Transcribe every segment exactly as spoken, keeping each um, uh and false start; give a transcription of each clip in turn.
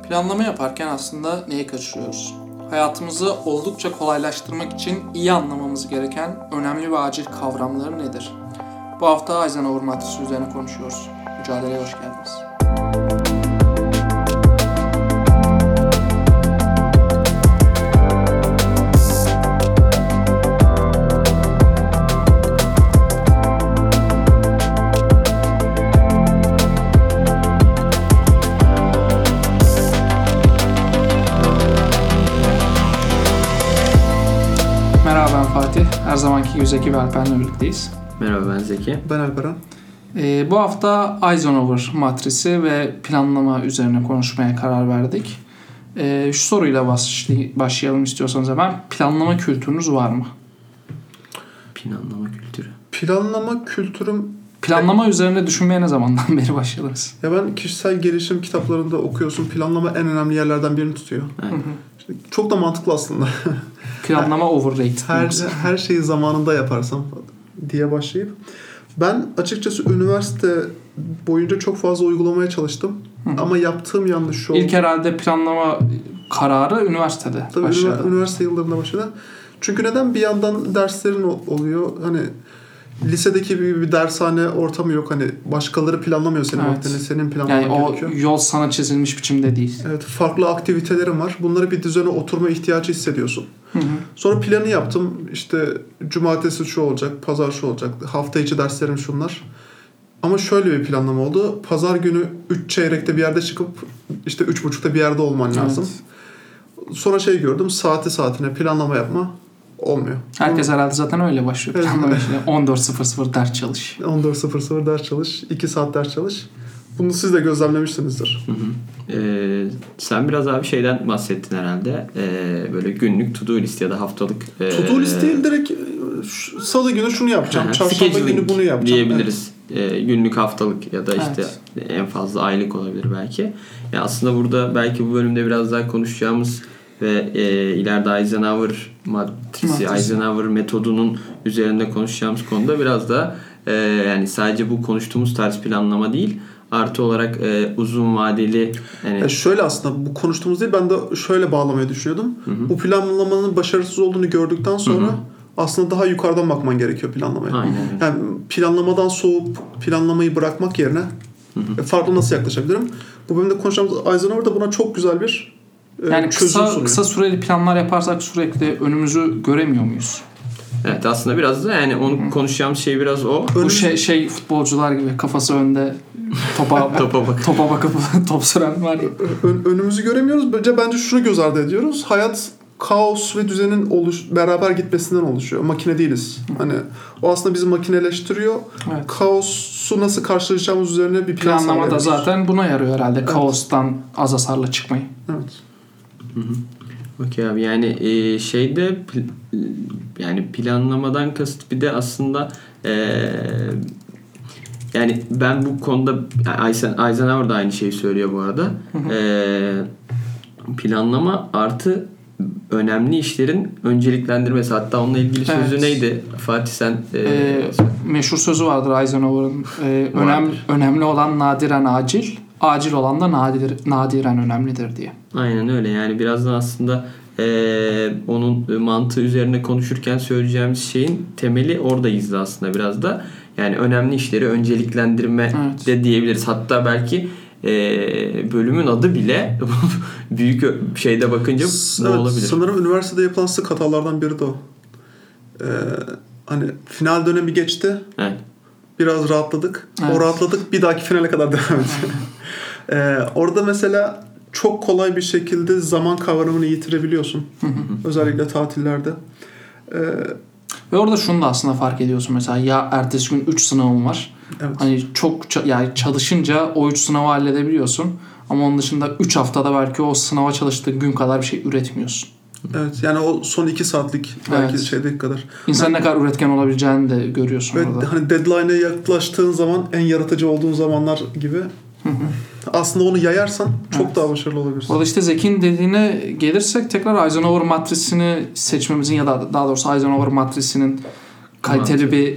Planlama yaparken aslında neyi kaçırıyoruz? Hayatımızı oldukça kolaylaştırmak için iyi anlamamız gereken önemli ve acil kavramları nedir? Bu hafta Eisenhower matrisi üzerine konuşuyoruz. Mücadeleye hoş geldiniz. Her zamanki gibi Zeki ve Alper'le birlikteyiz. Merhaba, ben Zeki. Ben Alperen. Ee, bu hafta Eisenhower matrisi ve planlama üzerine konuşmaya karar verdik. Ee, şu soruyla başlayalım istiyorsanız hemen. Planlama kültürünüz var mı? Planlama kültürü. Planlama kültürüm... Planlama üzerine düşünmeye ne zamandan beri başladınız? Ya ben kişisel gelişim kitaplarında okuyorsun. Planlama en önemli yerlerden birini tutuyor. Evet. İşte çok da mantıklı aslında. Planlama overrated. Her, her şeyi zamanında yaparsam diye başlayıp. Ben açıkçası üniversite boyunca çok fazla uygulamaya çalıştım. Hı-hı. Ama yaptığım yanlış şu oldu. İlk herhalde planlama kararı üniversitede Tabii başladı. Üniversite yıllarında başladı. Çünkü neden? Bir yandan derslerin oluyor. Hani lisedeki bir, bir dershane ortamı yok. Hani başkaları planlamıyor senin evet. vaktini. Senin planlaman yani gerekiyor. Yani o yol sana çizilmiş biçimde değil. Evet. Farklı aktivitelerim var. Bunları bir düzene oturma ihtiyacı hissediyorsun. Hı hı. Sonra planı yaptım. İşte cumartesi şu olacak, pazar şu olacak. Hafta içi derslerim şunlar. Ama şöyle bir planlama oldu. Pazar günü üç çeyrekte bir yerde çıkıp işte üç buçukta bir yerde olman lazım. Evet. Sonra şey gördüm. Saati saatine planlama yapma. Olmuyor. Herkes Ama, herhalde zaten öyle başlıyor. Planlama işine. on dört sıfır sıfır ders çalış. on dört sıfır sıfır ders çalış. iki saat ders çalış. Bunu siz de gözlemlemişsinizdir. Hı hı. Ee, sen biraz abi şeyden bahsettin herhalde. Ee, böyle günlük to do list ya da haftalık. E, to do list değil, direkt salı günü şunu yapacağım. Çarşamba günü bunu yapacağım. Diyebiliriz. Evet. Ee, günlük, haftalık ya da işte evet. en fazla aylık olabilir belki. Ya aslında burada belki bu bölümde biraz daha konuşacağımız ve e, ileride Eisenhower matrisi, Matrisi. Eisenhower metodunun üzerinde konuşacağımız konuda biraz da e, yani sadece bu konuştuğumuz tarz planlama değil, artı olarak e, uzun vadeli yani... Ya şöyle aslında bu konuştuğumuz değil, ben de şöyle bağlamayı düşünüyordum. Hı hı. Bu planlamanın başarısız olduğunu gördükten sonra hı hı. aslında daha yukarıdan bakman gerekiyor planlamaya. Aynen. Yani planlamadan soğup planlamayı bırakmak yerine hı hı. farklı nasıl yaklaşabilirim? Bu bölümde konuşacağımız Eisenhower da buna çok güzel bir yani kısa, kısa süreli planlar yaparsak sürekli önümüzü göremiyor muyuz? Evet, aslında biraz da yani onu Hı-hı. konuşacağımız şey biraz o. Bu şey, şey futbolcular gibi kafası önde topa topa bak topa bakıp top süren var ya. Ön, önümüzü göremiyoruz. Bence bence şunu göz ardı ediyoruz. Hayat kaos ve düzenin oluş beraber gitmesinden oluşuyor. Makine değiliz. Hı. Hani o aslında bizi makineleştiriyor. Evet. Kaosu nasıl karşılayacağımız üzerine bir plan planlama da zaten buna yarıyor herhalde. Evet. Kaostan az hasarla çıkmayı. Evet. Hı hı. Okey abi, yani e, şeyde yani planlamadan kasıt bir de aslında e, yani ben bu konuda Eisenhower da aynı şeyi söylüyor bu arada. Hı hı. E, planlama artı önemli işlerin önceliklendirmesi. Hatta onunla ilgili evet. sözü neydi? Fatih sen e, e, meşhur sözü vardır Eisenhower'ın. E, önem, önemli olan nadiren acil, acil olan da nadir, nadiren önemlidir diye. Aynen öyle. Yani birazdan aslında e, onun mantığı üzerine konuşurken söyleyeceğimiz şeyin temeli orada gizli aslında biraz da. Yani önemli işleri önceliklendirme evet. de diyebiliriz. Hatta belki e, bölümün adı bile büyük şeyde bakınca S- ne evet, olabilir? Sanırım üniversitede yapılan sık hatalardan biri de o. Ee, hani final dönemi geçti. Evet. Biraz rahatladık. Evet. O rahatladık bir dahaki finale kadar devam ediyor. ee, orada mesela çok kolay bir şekilde zaman kavramını yitirebiliyorsun. Hı hı. Özellikle tatillerde. Ee, Ve orada şunu da aslında fark ediyorsun. Mesela ya ertesi gün üç sınavın var. Evet. Hani çok yani çalışınca o üç sınavı halledebiliyorsun. Ama onun dışında üç haftada belki o sınava çalıştığın gün kadar bir şey üretmiyorsun. Evet, yani o son iki saatlik belki evet. şeydeki kadar. İnsan yani, ne kadar üretken olabileceğini de görüyorsun ve orada. Hani deadline'e yaklaştığın zaman en yaratıcı olduğun zamanlar gibi. Hı hı. Aslında onu yayarsan çok evet. daha başarılı olabilirsin. Orada işte Zeki'nin dediğine gelirsek tekrar Eisenhower matrisini seçmemizin ya da daha doğrusu Eisenhower matrisinin kaliteli bir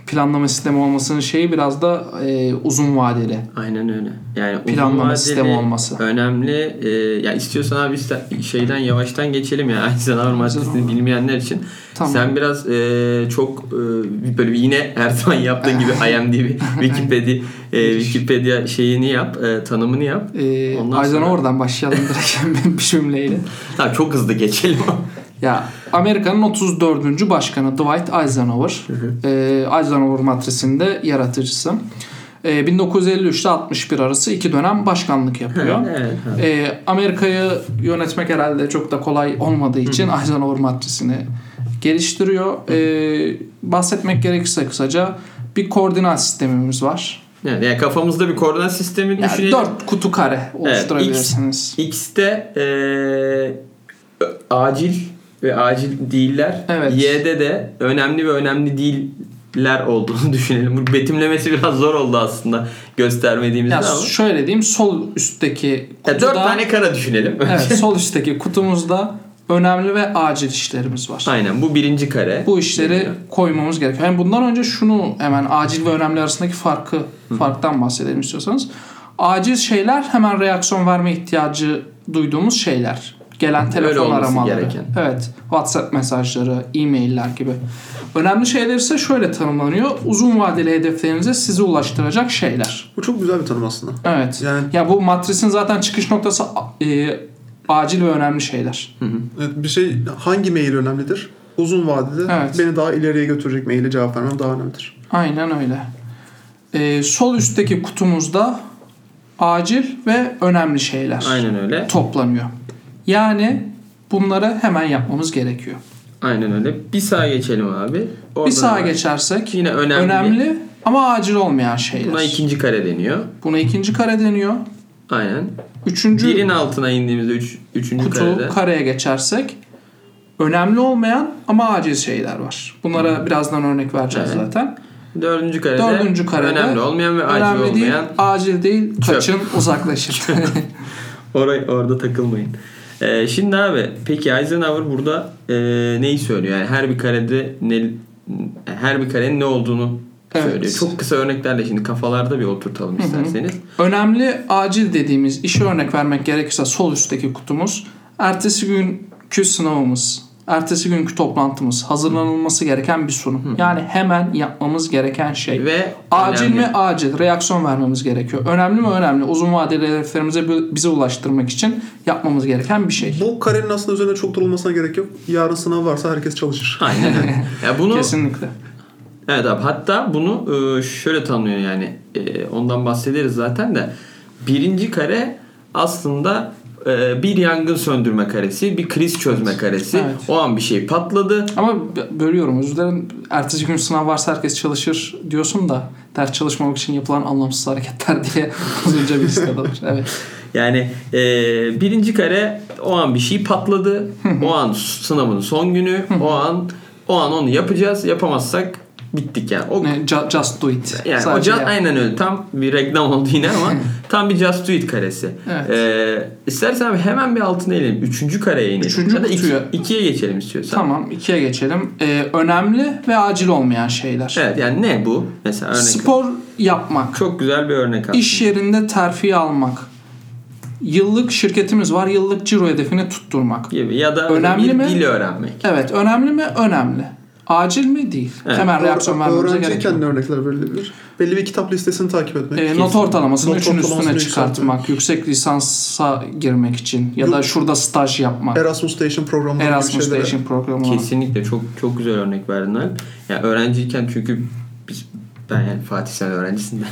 planlama sistemi olmasının şeyi biraz da e, uzun vadeli. Aynen öyle. Yani planlama uzun sistemi olması. Önemli. E, ya istiyorsan abi şeyden yavaştan geçelim ya. Eisenhower matrisini bilmeyenler için. Tamam. Sen biraz e, çok e, böyle bir yine her zaman yaptığın gibi I M D B Wikipedia e, Wikipedia şeyini yap, e, tanımını yap. E, Eisenhower'dan sonra... başlayalım direkt bir cümleyle. Tamam, çok hızlı geçelim. Ya Amerika'nın otuz dördüncü başkanı Dwight Eisenhower. Hı hı. E, Eisenhower matrisinde yaratıcısı. E, bin dokuz yüz elli üç ile altmış bir arası iki dönem başkanlık yapıyor. Evet, evet. E, Amerika'yı yönetmek herhalde çok da kolay olmadığı için hı hı. Eisenhower matrisini geliştiriyor. E, bahsetmek gerekirse kısaca bir koordinat sistemimiz var. Yani, yani kafamızda bir koordinat sistemi yani düşünelim. Dört kutu kare oluşturabilirsiniz. Evet, X, X'te e, acil ve acil değiller. Evet. Y'de de önemli ve önemli değiller olduğunu düşünelim. Bu betimlemesi biraz zor oldu aslında göstermediğimizde ya ama. Şöyle diyeyim, sol üstteki kutuda. Ya dört tane kara düşünelim. Evet, sol üstteki kutumuzda önemli ve acil işlerimiz var. Aynen, bu birinci kare. Bu işleri Geliyor. koymamız gerekiyor. Yani bundan önce şunu hemen acil ve önemli arasındaki farkı Hı. farktan bahsedelim istiyorsanız. Acil şeyler hemen reaksiyon verme ihtiyacı duyduğumuz şeyler. Gelen telefon aramaları. Gereken. Evet. WhatsApp mesajları, e-mailler gibi. Önemli şeyler ise şöyle tanımlanıyor. Uzun vadeli hedeflerinize sizi ulaştıracak şeyler. Bu çok güzel bir tanım aslında. Evet. Yani ya bu matrisin zaten çıkış noktası e, acil ve önemli şeyler. Hı hı. Evet, bir şey hangi mail önemlidir? Uzun vadede evet. beni daha ileriye götürecek maile cevap vermem daha önemlidir. Aynen öyle. Ee, sol üstteki kutumuzda acil ve önemli şeyler Aynen öyle. toplanıyor. Yani bunları hemen yapmamız gerekiyor. Aynen öyle. Bir sağa geçelim abi. Oradan bir sağa geçersek yine önemli. önemli ama acil olmayan şeyler. Buna ikinci kare deniyor. Buna ikinci kare deniyor. Aynen. Üçüncü birin altına indiğimizde üç, üçüncü kutu karede. kareye geçersek önemli olmayan ama acil şeyler var. Bunlara hmm. birazdan örnek vereceğiz evet. zaten. Dördüncü karede, Dördüncü karede önemli olmayan ve acil önemli olmayan. Değil, acil değil, kaçın uzaklaşın. Orayı, orada takılmayın. Ee, şimdi abi peki Eisenhower burada e, neyi söylüyor? Yani her bir karede ne, her bir karenin ne olduğunu evet. söylüyor. Çok kısa örneklerle şimdi kafalarda bir oturtalım isterseniz. Hı hı. Önemli, acil dediğimiz işe örnek vermek gerekirse sol üstteki kutumuz ertesi günkü sınavımız, ertesi günkü toplantımız, hazırlanılması gereken bir sunum. Hı. Yani hemen yapmamız gereken şey. Ve acil önemli. mi? Acil. Reaksiyon vermemiz gerekiyor. Önemli mi? Önemli. Uzun vadeli hedeflerimize bize ulaştırmak için yapmamız gereken bir şey. Bu karenin aslında üzerine çok durulmasına gerek yok. Yarın sınav varsa herkes çalışır. Aynen. ya bunu Kesinlikle. Evet abi, hatta bunu şöyle tanımlıyor yani ondan bahsederiz zaten de birinci kare aslında bir yangın söndürme karesi, bir kriz çözme karesi. Evet. O an bir şey patladı. Ama bölüyorum, özür dilerim. Ertesi gün sınav varsa herkes çalışır diyorsun da ders çalışmamak için yapılan anlamsız hareketler diye az önce bir listede var. Evet. Yani e, birinci kare o an bir şey patladı. o an sınavın son günü. o an o an onu yapacağız. Yapamazsak bittik yani. O, ne, just do it. Yani o just, aynen öyle. Tam bir reklam oldu yine ama tam bir just do it karesi. Evet. Ee, istersen abi hemen bir altına inelim. Üçüncü kareye inelim. Üçüncü ya da kutuya. Iki, ikiye geçelim istiyorsan. Tamam, ikiye geçelim. Ee, önemli ve acil olmayan şeyler. Evet, yani ne bu? Mesela örnek. Spor yapmak. Çok güzel bir örnek aslında. İş yerinde terfi almak. Yıllık şirketimiz var. Yıllık ciro hedefini tutturmak. Gibi. Ya da önemli bir mi? dil öğrenmek. Evet. Önemli mi? Önemli. Acil mi? Değil. Evet. Hemen reaksiyon vermemize gerek yok. Öğrenciyken ne örnekler verilebilir? Belli bir kitap listesini takip etmek. E, not ortalamasını üçün üstüne çıkartmak. Yüksek lisansa girmek için. Ya da şurada staj yapmak. Erasmus Station programı. Erasmus Station programı. Kesinlikle çok çok güzel örnek verdin abi. Yani öğrenciyken çünkü biz ben yani Fatih sen öğrencisinden.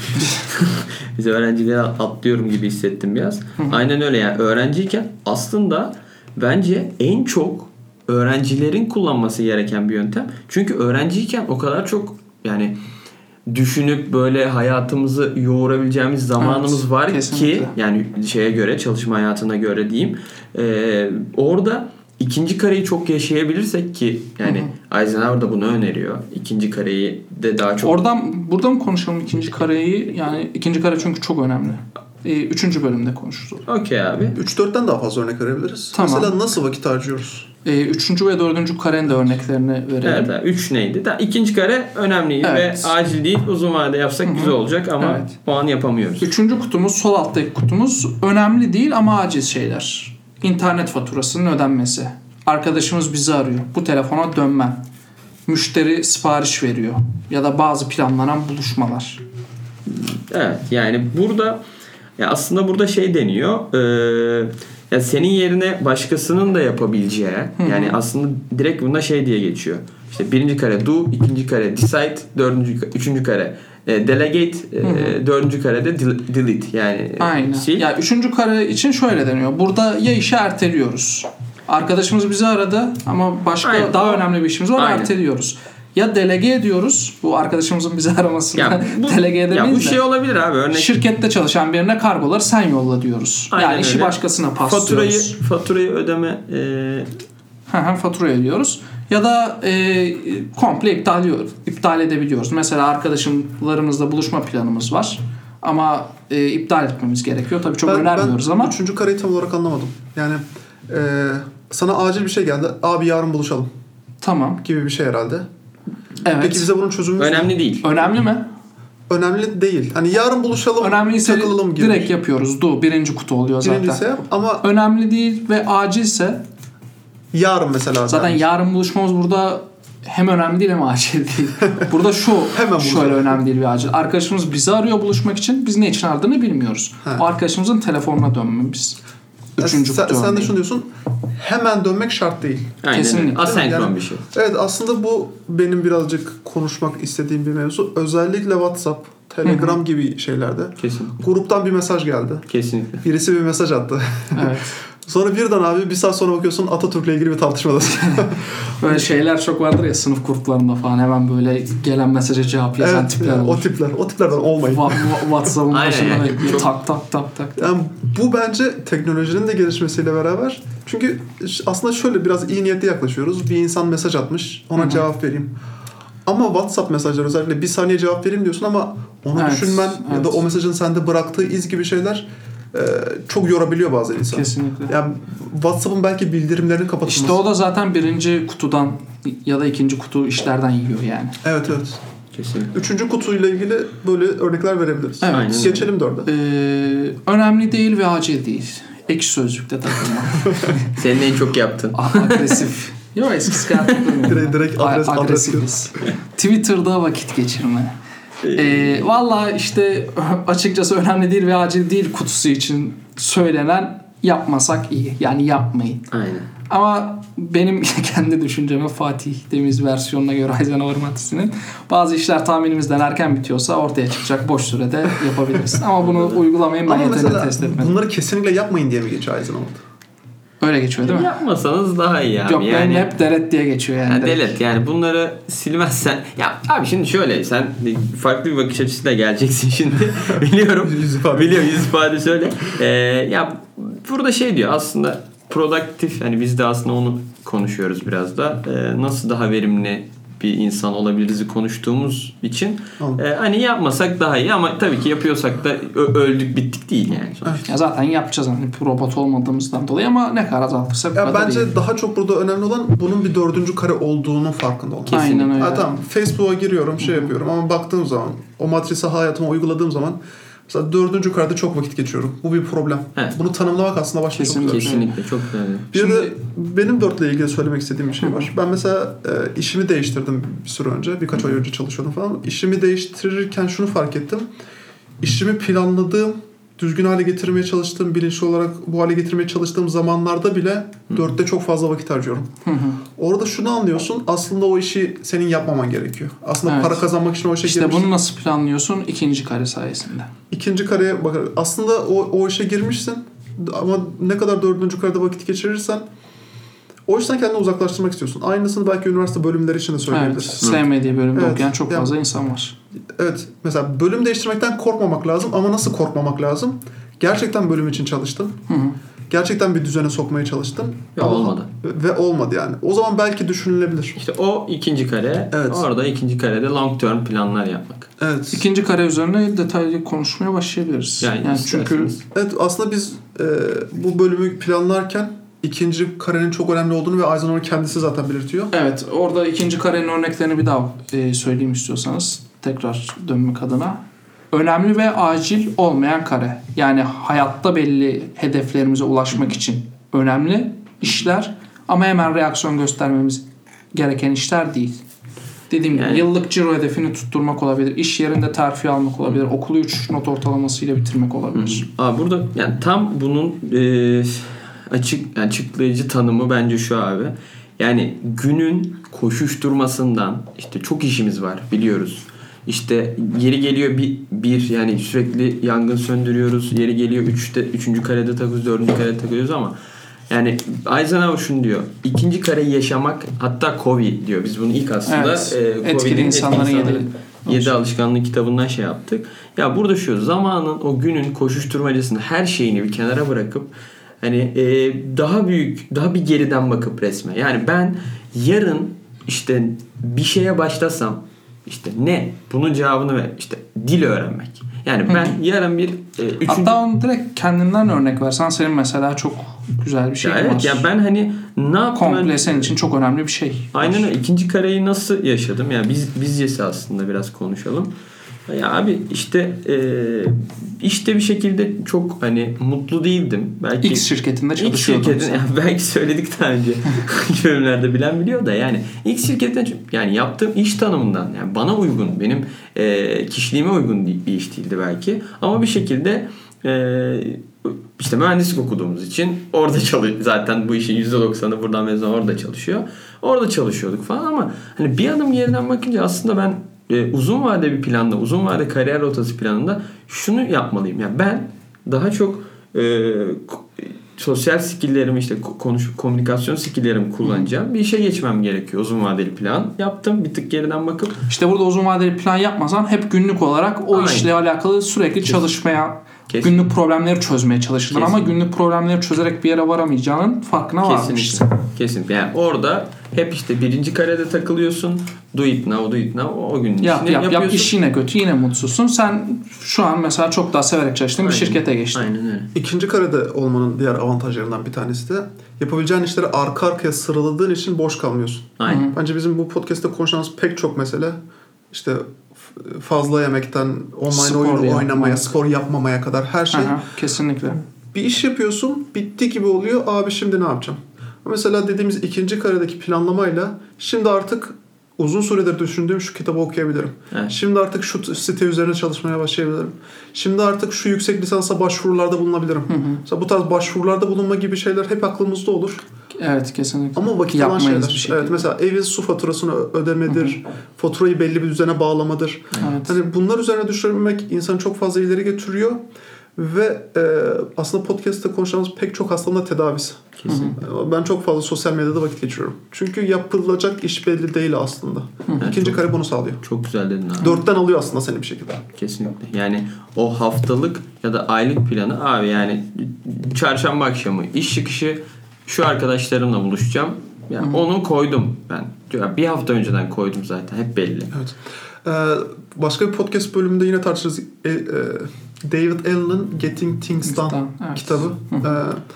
Biz öğrencileri atlıyorum gibi hissettim biraz. Aynen öyle yani öğrenciyken aslında bence en çok öğrencilerin kullanması gereken bir yöntem. Çünkü öğrenciyken o kadar çok yani düşünüp böyle hayatımızı yoğurabileceğimiz zamanımız evet, var kesinlikle. Ki yani şeye göre, çalışma hayatına göre diyeyim. Ee, orada ikinci kareyi çok yaşayabilirsek ki yani hı hı. Eisenhower da bunu öneriyor. İkinci kareyi de daha çok. Oradan burada mı konuşalım ikinci kareyi? Yani ikinci kare çünkü çok önemli. Üçüncü bölümde konuşuruz. Okey abi. üç dörtten daha fazla örnek verebiliriz. Tamam. Mesela nasıl vakit harcıyoruz? Ee, üçüncü ve dördüncü karenin de örneklerini verelim. Evet, evet. Üç neydi? Da, ikinci kare önemli Evet. ve acil değil. Uzun vadede yapsak Hı-hı. güzel olacak ama Evet. o an yapamıyoruz. Üçüncü kutumuz, sol alttaki kutumuz önemli değil ama acil şeyler. İnternet faturasının ödenmesi. Arkadaşımız bizi arıyor. Bu telefona dönmem. Müşteri sipariş veriyor. Ya da bazı planlanan buluşmalar. Evet, yani burada ya aslında burada şey deniyor. E, ya senin yerine başkasının da yapabileceği, Hı-hı. yani aslında direkt bunda şey diye geçiyor. İşte birinci kare do, ikinci kare decide, dördüncü, üçüncü kare e, delegate, e, dördüncü karede del- delete, yani Aynen. sil. Ya üçüncü kare için şöyle deniyor. Burada ya işi erteliyoruz. Arkadaşımız bizi aradı ama başka Aynen. daha önemli bir işimiz var, Aynen. erteliyoruz. Ya delege ediyoruz. Bu arkadaşımızın bizi aramasını Ya bu, delege edemeyiz ya bu de. şey olabilir abi, örnek Şirkette çalışan birine kargoları sen yolla diyoruz. Aynen yani işi öyle. başkasına paslıyoruz. faturayı faturayı ödeme e, Hı fatura ediyoruz. Ya da e, komple iptal, iptal edebiliyoruz. Mesela arkadaşlarımızla buluşma planımız var. Ama e, iptal etmemiz gerekiyor. Tabii çok Ben, önermiyoruz ben ama. üçüncü kareyi tam olarak anlamadım. Yani e, sana acil bir şey geldi. Abi yarın buluşalım Tamam. gibi bir şey herhalde. Evet. Peki bize bunun çözümü önemli değil. Önemli mi? önemli değil. Hani yarın buluşalım, Önemliyse takılalım gibi. direkt yapıyoruz. Du birinci kutu oluyor zaten. Birincisi ama Önemli değil ve acilse yarın mesela. zaten yani. yarın buluşmamız burada hem önemli değil hem acil değil. Burada şu Hemen şöyle buluşalım. önemli değil ve acil. Arkadaşımız bizi arıyor buluşmak için. Biz ne için aradığını bilmiyoruz. He. O arkadaşımızın telefonuna dönmemiz. Üçüncü sen, kutu sen de örneği. şunu diyorsun. Hemen dönmek şart değil. Aynen. Kesinlikle. Asenkron Yani- bir şey. Evet, aslında bu benim birazcık konuşmak istediğim bir mevzu. Özellikle WhatsApp, Telegram gibi şeylerde. Kesinlikle. Gruptan bir mesaj geldi. Kesinlikle. Birisi bir mesaj attı. Evet. Sonra birden abi bir saat sonra bakıyorsun Atatürk'le ilgili bir tartışmadasın. Böyle şeyler çok vardır ya sınıf gruplarında falan. Hemen böyle gelen mesaja cevap yazan evet, tipler yani olur. o tipler. O tiplerden olmayın. Wa- wa- WhatsApp'ın Aynen başında yani. bekliyor. Çok- Tak tak tak tak. Yani bu bence teknolojinin de gelişmesiyle beraber. Çünkü aslında şöyle biraz iyi niyetli yaklaşıyoruz. Bir insan mesaj atmış, ona Hı hı. cevap vereyim. Ama WhatsApp mesajları özellikle bir saniye cevap vereyim diyorsun ama onu Evet, düşünmen ya evet. da o mesajın sende bıraktığı iz gibi şeyler e, çok yorabiliyor bazı insan. Kesinlikle. Yani WhatsApp'ın belki bildirimlerini kapatılması. İşte o da zaten birinci kutudan ya da ikinci kutu işlerden yiyor yani. Evet evet. Kesinlikle. Üçüncü kutuyla ilgili böyle örnekler verebiliriz. Evet. Aynen. Geçelim dörde. Ee, önemli değil ve acil değil. Ekşi Sözlük'te takılma. Senin en çok yaptın. A- agresif. Yok eskisi kadar takılmıyorum. Direkt- direkt A- adres- agresifiz. Twitter'da vakit geçirme. Ee, Valla işte açıkçası önemli değil ve acil değil kutusu için söylenen yapmasak iyi. Yani yapmayın. Aynen. Ama benim kendi düşünceme Fatih Demiz versiyonuna göre Eisenhower matrisinin bazı işler tahminimizden erken bitiyorsa ortaya çıkacak boş sürede yapabilirsin. Ama bunu uygulamayın ben Ama yeterli mesela test etmedim. bunları kesinlikle yapmayın diye mi geçiyor Eisenhower? Öyle geçiyor değil mi? Yapmasanız daha iyi abi. Yok benim yani, hep deret diye geçiyor yani. yani direkt. delet yani bunları silmezsen ya abi şimdi şöyle sen farklı bir bakış açısıyla geleceksin şimdi biliyorum Yüz ifade. biliyorum yüz ifade söyle ee, ya burada şey diyor aslında produktif hani biz de aslında onu konuşuyoruz biraz da ee, nasıl daha verimli bir insan olabiliriz konuştuğumuz için e, hani yapmasak daha iyi ama tabii ki yapıyorsak da ö- öldük bittik değil yani sonuçta. Ya zaten yapacağız hani robot olmadığımızdan dolayı ama ne kadar azaltırsak bu Ya kadar bence iyi. daha çok burada önemli olan bunun bir dördüncü kare olduğunun farkında olmak. Aynen öyle. Ha, tamam Facebook'a giriyorum şey yapıyorum ama baktığım zaman o matrisi hayatıma uyguladığım zaman mesela dördüncü karede çok vakit geçiyorum. Bu bir problem. Evet. Bunu tanımlamak aslında başta çok Kesinlikle. güzel. Kesinlikle çok güzel. Bir Şimdi- de benim dörtle ilgili söylemek istediğim bir şey var. Ben mesela e, işimi değiştirdim bir süre önce. Birkaç ay önce çalışıyordum falan. İşimi değiştirirken şunu fark ettim. İşimi planladığım, düzgün hale getirmeye çalıştığım, bilinçli olarak bu hale getirmeye çalıştığım zamanlarda bile dörtte çok fazla vakit harcıyorum. Hı hı. Orada şunu anlıyorsun. Aslında o işi senin yapmaman gerekiyor. Aslında Evet. para kazanmak için o işe İşte girmişsin. bunu nasıl planlıyorsun? İkinci kare sayesinde. İkinci kareye bak. Aslında o, o işe girmişsin. Ama ne kadar dördüncü karede vakit geçirirsen o işten kendini uzaklaştırmak istiyorsun. Aynısını belki üniversite bölümleri için de Evet. söyleyebilirsin. Sevmediği bölümde Evet. okuyan çok Yani- fazla insan var. Evet. Mesela bölüm değiştirmekten korkmamak lazım ama nasıl korkmamak lazım? Gerçekten bölüm için çalıştın. Hı hı. Gerçekten bir düzene sokmaya çalıştın. Ve Ama- olmadı. Ve olmadı yani. O zaman belki düşünülebilir. İşte o ikinci kare. Evet. Orada ikinci karede long term planlar yapmak. Evet. İkinci kare üzerine detaylı konuşmaya başlayabiliriz. Yani, Yani, çünkü isterseniz. Evet aslında biz e, bu bölümü planlarken ikinci karenin çok önemli olduğunu ve Eisenhower kendisi zaten belirtiyor. Evet, orada ikinci karenin örneklerini bir daha e, söyleyeyim istiyorsanız. Tekrar dönmek adına. Önemli ve acil olmayan kare. Yani hayatta belli hedeflerimize ulaşmak için önemli işler ama hemen reaksiyon göstermemiz gereken işler değil. Dediğim gibi yani, yıllık ciro hedefini tutturmak olabilir. İş yerinde terfi almak olabilir. Hı. Okulu üç not ortalamasıyla bitirmek olabilir. Hı. Abi burada yani tam bunun e, açık yani açıklayıcı tanımı bence şu abi. Yani günün koşuşturmasından işte çok işimiz var biliyoruz. İşte yeri geliyor bir, bir yani sürekli yangın söndürüyoruz. Yeri geliyor üçte, üçüncü karede takıyoruz, dördüncü karede takıyoruz ama yani Eisenhower şunu diyor. İkinci kareyi yaşamak hatta Covey diyor. Biz bunu ilk aslında evet, e, etkili insanların yedi, yedi alışkanlık kitabından şey yaptık. Ya burada şu zamanın o günün koşuşturmacasını her şeyini bir kenara bırakıp hani e, daha büyük daha bir geriden bakıp resme. Yani ben yarın işte bir şeye başlasam İşte ne? Bunun cevabını ver. İşte dil öğrenmek. Yani ben Hı. yarın bir e, üçüncü... Hatta onu direkt kendinden örnek versen senin mesela çok güzel bir şey ya var. Evet ya ben hani ne yaptım? Komple ben... senin için çok önemli bir şey. Aynen öyle. İkinci kareyi nasıl yaşadım? Yani biz bizcesi aslında biraz konuşalım. Ya abi işte e, işte bir şekilde çok hani mutlu değildim. Belki X şirketinde çalışıyordum. X şirketin, yani belki söyledik daha önce bölümlerde bilen biliyor da yani X şirketinden yani yaptığım iş tanımından yani bana uygun benim e, kişiliğime uygun bir iş değildi belki ama bir şekilde e, işte mühendislik okuduğumuz için orada çalışıyor. Zaten bu işin yüzde doksanı buradan mezun orada çalışıyor. Orada çalışıyorduk falan ama hani bir adım geriden bakınca aslında ben Ee, uzun vade bir planda, uzun vade kariyer rotası planında şunu yapmalıyım. Yani ben daha çok e, sosyal skill'lerimi işte konuş komünikasyon skill'lerimi kullanacağım bir işe geçmem gerekiyor. Uzun vadeli plan yaptım. Bir tık geriden bakıp. İşte burada uzun vadeli plan yapmasan hep günlük olarak o Aynen. işle alakalı sürekli Kesin. çalışmaya, Kesin. günlük problemleri çözmeye çalışırdın ama günlük problemleri çözerek bir yere varamayacağının farkına varmışsın. Kesinlikle. Yani orada hep işte birinci karede takılıyorsun. Do it now, do it now. O gün yap, işini yap, yapıyorsun. Yap, iş yine kötü, yine mutsuzsun. Sen şu an mesela çok daha severek çalıştığın Aynen. bir şirkete geçtin. Aynen öyle. İkinci karede olmanın diğer avantajlarından bir tanesi de yapabileceğin işleri arka arkaya sıraladığın için boş kalmıyorsun. Aynen. Bence bizim bu podcast'te konuşacağımız pek çok mesele işte fazla yemekten online spor oyun yapmak. oynamaya, spor yapmamaya kadar her şey. Aha, kesinlikle. Bir iş yapıyorsun, bitti gibi oluyor. Abi şimdi ne yapacağım? Mesela dediğimiz ikinci karedeki planlamayla şimdi artık uzun süredir düşündüğüm şu kitabı okuyabilirim. Evet. Şimdi artık şu site üzerine çalışmaya başlayabilirim. Şimdi artık şu yüksek lisansa başvurularda bulunabilirim. Hı hı. Mesela bu tarz başvurularda bulunma gibi şeyler hep aklımızda olur. Evet, kesinlikle. Ama vakit alan şeyler. Evet, mesela evin su faturasını ödemedir, hı hı. faturayı belli bir düzene bağlamadır. Evet. Hani bunlar üzerine düşünmek insanı çok fazla ileri getiriyor. Ve e, aslında podcast'te konuşacağımız pek çok hastalığın tedavisi. Kesin. Ben çok fazla sosyal medyada vakit geçiriyorum. Çünkü yapılacak iş belli değil aslında. Yani İkinci çok, kare bunu sağlıyor. Çok güzel dedin abi. Dörtten alıyor aslında seni bir şekilde. Kesinlikle. Yani o haftalık ya da aylık planı abi yani çarşamba akşamı iş çıkışı şu arkadaşlarımla buluşacağım. Yani Hı-hı. onu koydum ben. Bir hafta önceden koydum zaten. Hep belli. Evet. Ee, başka bir podcast bölümünde yine tartışırız. E, e, David Allen'ın Getting Things Done evet. kitabı. Ee,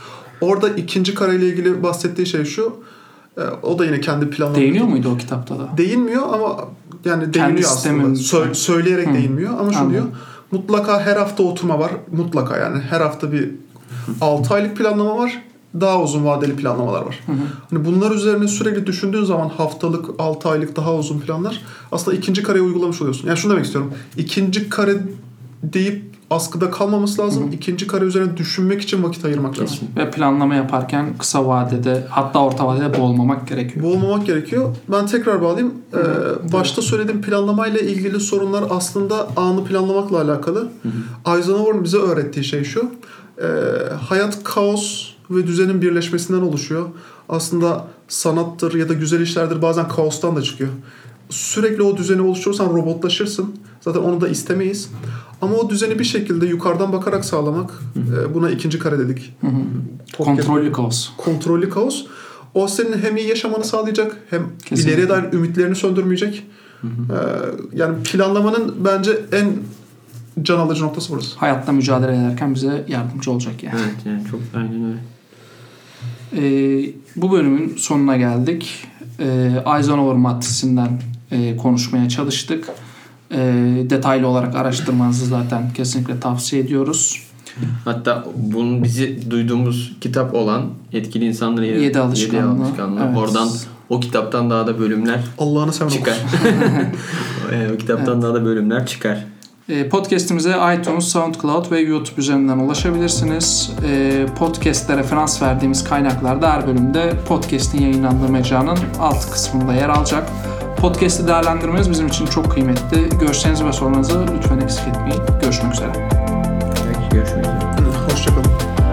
orada ikinci kareyle ilgili bahsettiği şey şu. E, o da yine kendi planlaması. Değiniyor muydu o kitapta da? Değinmiyor ama yani değiniyor aslında. Sö- söyleyerek Hı. değinmiyor ama şu Anladım. diyor. Mutlaka her hafta oturma var. Mutlaka yani her hafta bir altı aylık planlama var. Daha uzun vadeli planlamalar var. Hı hı. Hani bunlar üzerine sürekli düşündüğün zaman haftalık, altı aylık daha uzun planlar aslında ikinci kareye uygulamış oluyorsun. Yani şunu demek istiyorum. İkinci kare deyip askıda kalmaması lazım. Hı hı. İkinci kare üzerine düşünmek için vakit ayırmak Kesin. lazım. Ve planlama yaparken kısa vadede hatta orta vadede boğulmamak gerekiyor. Boğulmamak gerekiyor. Ben tekrar bağlayayım. Hı hı. Ee, başta söylediğim planlamayla ilgili sorunlar aslında anı planlamakla alakalı. Hı hı. Eisenhower'ın bize öğrettiği şey şu. Ee, hayat kaos ve düzenin birleşmesinden oluşuyor. Aslında sanattır ya da güzel işlerdir bazen kaostan da çıkıyor. Sürekli o düzeni oluşturursan robotlaşırsın. Zaten onu da istemeyiz. Ama o düzeni bir şekilde yukarıdan bakarak sağlamak, e, buna ikinci kare dedik. Hı hı. Kontrollü kaos. Kontrollü kaos. O senin hem iyi yaşamanı sağlayacak hem Kesinlikle. ileriye dair ümitlerini söndürmeyecek. Hı hı. E, yani planlamanın bence en can alıcı noktası burası. Hayatta mücadele ederken bize yardımcı olacak yani. Evet yani çok aynen öyle. E, bu bölümün sonuna geldik. E, Eisenhower matrisinden e, konuşmaya çalıştık. E, detaylı olarak araştırmanızı zaten kesinlikle tavsiye ediyoruz. Hatta bunun bizi duyduğumuz kitap olan Etkili İnsanların Yedi Alışkanlığı. Yedi Alışkanlığı. Evet. Oradan o kitaptan daha da bölümler Allah'ını seven çıkar. o kitaptan Evet. daha da bölümler çıkar. Podcast'imize iTunes, SoundCloud ve YouTube üzerinden ulaşabilirsiniz. Podcast'te referans verdiğimiz kaynaklarda her bölümde podcast'in yayınlandığı mecranın alt kısmında yer alacak. Podcast'i değerlendirmeniz bizim için çok kıymetli. Görüşlerinizi ve sorularınızı lütfen eksik etmeyin. Görüşmek üzere. Görüşmek üzere. Hoşçakalın.